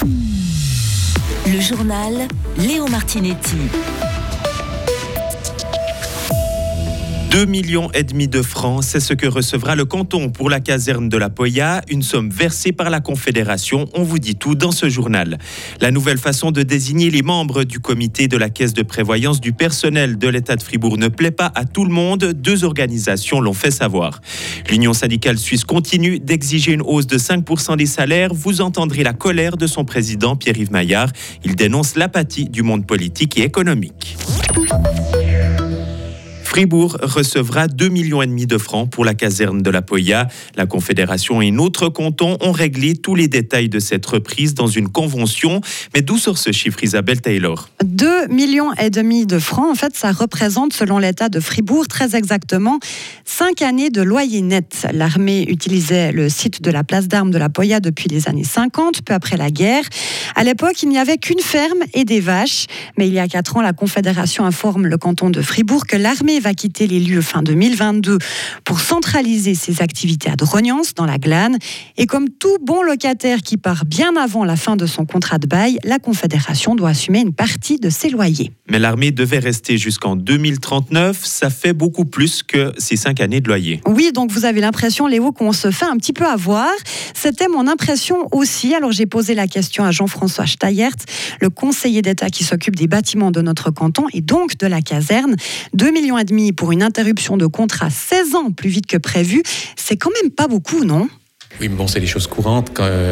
Le journal Léo Martinetti. 2,5 millions de francs, c'est ce que recevra le canton pour la caserne de la Poya, une somme versée par la Confédération. On vous dit tout dans ce journal. La nouvelle façon de désigner les membres du comité de la caisse de prévoyance du personnel de l'État de Fribourg ne plaît pas à tout le monde. 2 organisations l'ont fait savoir. L'Union syndicale suisse continue d'exiger une hausse de 5% des salaires. Vous entendrez la colère de son président Pierre-Yves Maillard. Il dénonce l'apathie du monde politique et économique. Fribourg recevra 2,5 millions de francs pour la caserne de la Poya. La Confédération et notre canton ont réglé tous les détails de cette reprise dans une convention. Mais d'où sort ce chiffre, Isabelle Taylor ? 2,5 millions de francs, en fait, ça représente, selon l'État de Fribourg, très exactement 5 années de loyer net. L'armée utilisait le site de la place d'armes de la Poya depuis les années 50, peu après la guerre. À l'époque, il n'y avait qu'une ferme et des vaches. Mais il y a 4 ans, la Confédération informe le canton de Fribourg que l'armée va quitter les lieux fin 2022 pour centraliser ses activités à Drognance, dans la Glane. Et comme tout bon locataire qui part bien avant la fin de son contrat de bail, la Confédération doit assumer une partie de ses loyers. Mais l'armée devait rester jusqu'en 2039. Ça fait beaucoup plus que ces 5 années de loyer. Oui, donc vous avez l'impression, Léo, qu'on se fait un petit peu avoir. C'était mon impression aussi. Alors j'ai posé la question à Jean-François Steyert, le conseiller d'État qui s'occupe des bâtiments de notre canton et donc de la caserne. 2,5 millions pour une interruption de contrat 16 ans plus vite que prévu, c'est quand même pas beaucoup, non ? Oui, mais bon, c'est des choses courantes.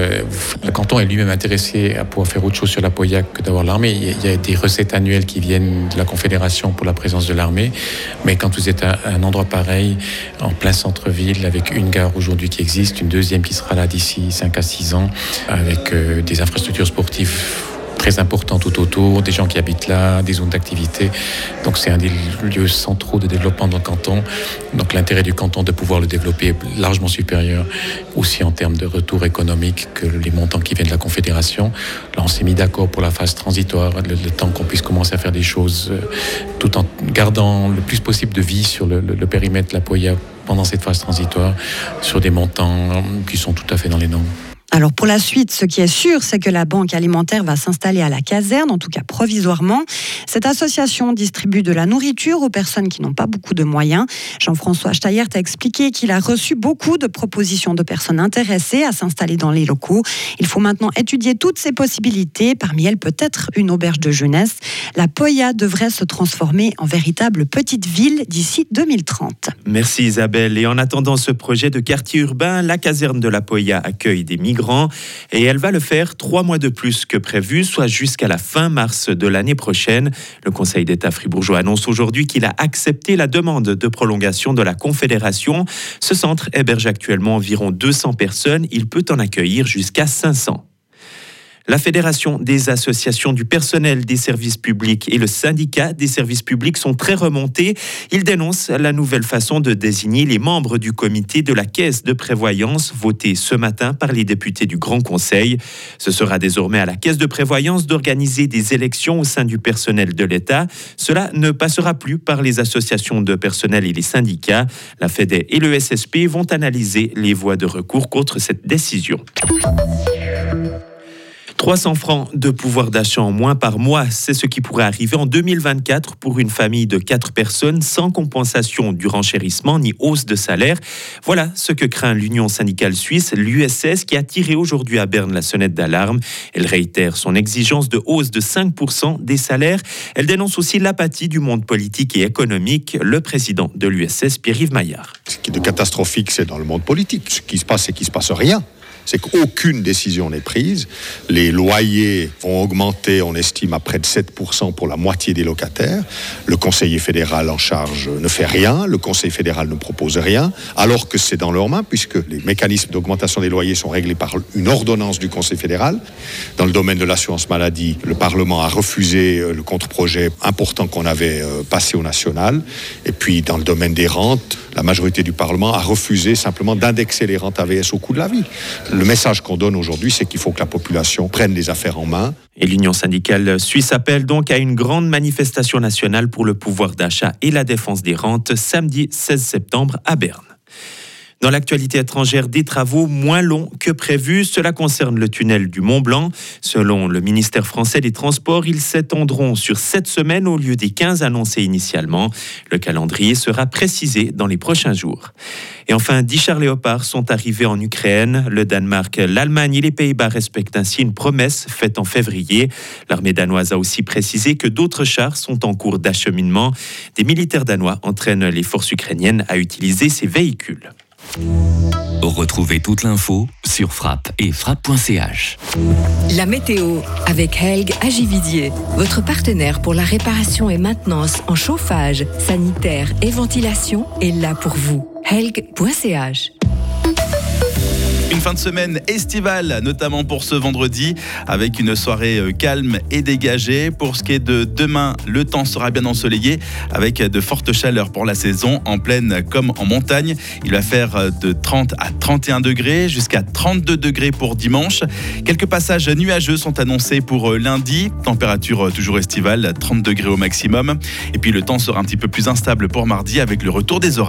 Le canton est lui-même intéressé à pouvoir faire autre chose sur la Poya que d'avoir l'armée. Il y a des recettes annuelles qui viennent de la Confédération pour la présence de l'armée. Mais quand vous êtes à un endroit pareil, en plein centre-ville, avec une gare aujourd'hui qui existe, une deuxième qui sera là d'ici 5 à 6 ans, avec des infrastructures sportives très important tout autour, des gens qui habitent là, des zones d'activité. Donc c'est un des lieux centraux de développement dans le canton. Donc l'intérêt du canton de pouvoir le développer est largement supérieur, aussi en termes de retour économique, que les montants qui viennent de la Confédération. Là, on s'est mis d'accord pour la phase transitoire, le temps qu'on puisse commencer à faire des choses tout en gardant le plus possible de vie sur le périmètre de la Poya pendant cette phase transitoire, sur des montants qui sont tout à fait dans les normes. Alors pour la suite, ce qui est sûr, c'est que la banque alimentaire va s'installer à la caserne, en tout cas provisoirement. Cette association distribue de la nourriture aux personnes qui n'ont pas beaucoup de moyens. Jean-François Steyert a expliqué qu'il a reçu beaucoup de propositions de personnes intéressées à s'installer dans les locaux. Il faut maintenant étudier toutes ces possibilités, parmi elles peut-être une auberge de jeunesse. La Poya devrait se transformer en véritable petite ville d'ici 2030. Merci Isabelle. Et en attendant ce projet de quartier urbain, la caserne de la Poya accueille des migrants. Et elle va le faire 3 mois de plus que prévu, soit jusqu'à la fin mars de l'année prochaine. Le Conseil d'État fribourgeois annonce aujourd'hui qu'il a accepté la demande de prolongation de la Confédération. Ce centre héberge actuellement environ 200 personnes. Il peut en accueillir jusqu'à 500. La Fédération des associations du personnel des services publics et le syndicat des services publics sont très remontés. Ils dénoncent la nouvelle façon de désigner les membres du comité de la caisse de prévoyance votée ce matin par les députés du Grand Conseil. Ce sera désormais à la caisse de prévoyance d'organiser des élections au sein du personnel de l'État. Cela ne passera plus par les associations de personnel et les syndicats. La FEDE et le SSP vont analyser les voies de recours contre cette décision. 300 francs de pouvoir d'achat en moins par mois, c'est ce qui pourrait arriver en 2024 pour une famille de 4 personnes sans compensation du renchérissement ni hausse de salaire. Voilà ce que craint l'Union syndicale suisse, l'USS, qui a tiré aujourd'hui à Berne la sonnette d'alarme. Elle réitère son exigence de hausse de 5% des salaires. Elle dénonce aussi l'apathie du monde politique et économique. Le président de l'USS, Pierre-Yves Maillard. Ce qui est de catastrophique, c'est dans le monde politique. Ce qui se passe, c'est qu'il ne se passe rien. C'est qu'aucune décision n'est prise. Les loyers vont augmenter, on estime, à près de 7% pour la moitié des locataires. Le conseiller fédéral en charge ne fait rien. Le conseil fédéral ne propose rien, alors que c'est dans leurs mains, puisque les mécanismes d'augmentation des loyers sont réglés par une ordonnance du conseil fédéral. Dans le domaine de l'assurance maladie, le Parlement a refusé le contre-projet important qu'on avait passé au national. Et puis, dans le domaine des rentes, la majorité du Parlement a refusé simplement d'indexer les rentes AVS au coût de la vie. Le message qu'on donne aujourd'hui, c'est qu'il faut que la population prenne les affaires en main. Et l'Union syndicale suisse appelle donc à une grande manifestation nationale pour le pouvoir d'achat et la défense des rentes samedi 16 septembre à Berne. Dans l'actualité étrangère, des travaux moins longs que prévu. Cela concerne le tunnel du Mont-Blanc. Selon le ministère français des Transports, ils s'étendront sur 7 semaines au lieu des 15 annoncés initialement. Le calendrier sera précisé dans les prochains jours. Et enfin, 10 chars Léopard sont arrivés en Ukraine. Le Danemark, l'Allemagne et les Pays-Bas respectent ainsi une promesse faite en février. L'armée danoise a aussi précisé que d'autres chars sont en cours d'acheminement. Des militaires danois entraînent les forces ukrainiennes à utiliser ces véhicules. Retrouvez toute l'info sur Frappe et frappe.ch. La météo avec Helg Agividier, votre partenaire pour la réparation et maintenance en chauffage, sanitaire et ventilation est là pour vous. Helg.ch. Une fin de semaine estivale, notamment pour ce vendredi, avec une soirée calme et dégagée. Pour ce qui est de demain, le temps sera bien ensoleillé, avec de fortes chaleurs pour la saison, en plaine comme en montagne. Il va faire de 30 à 31 degrés, jusqu'à 32 degrés pour dimanche. Quelques passages nuageux sont annoncés pour lundi. Température toujours estivale, 30 degrés au maximum. Et puis le temps sera un petit peu plus instable pour mardi, avec le retour des orages.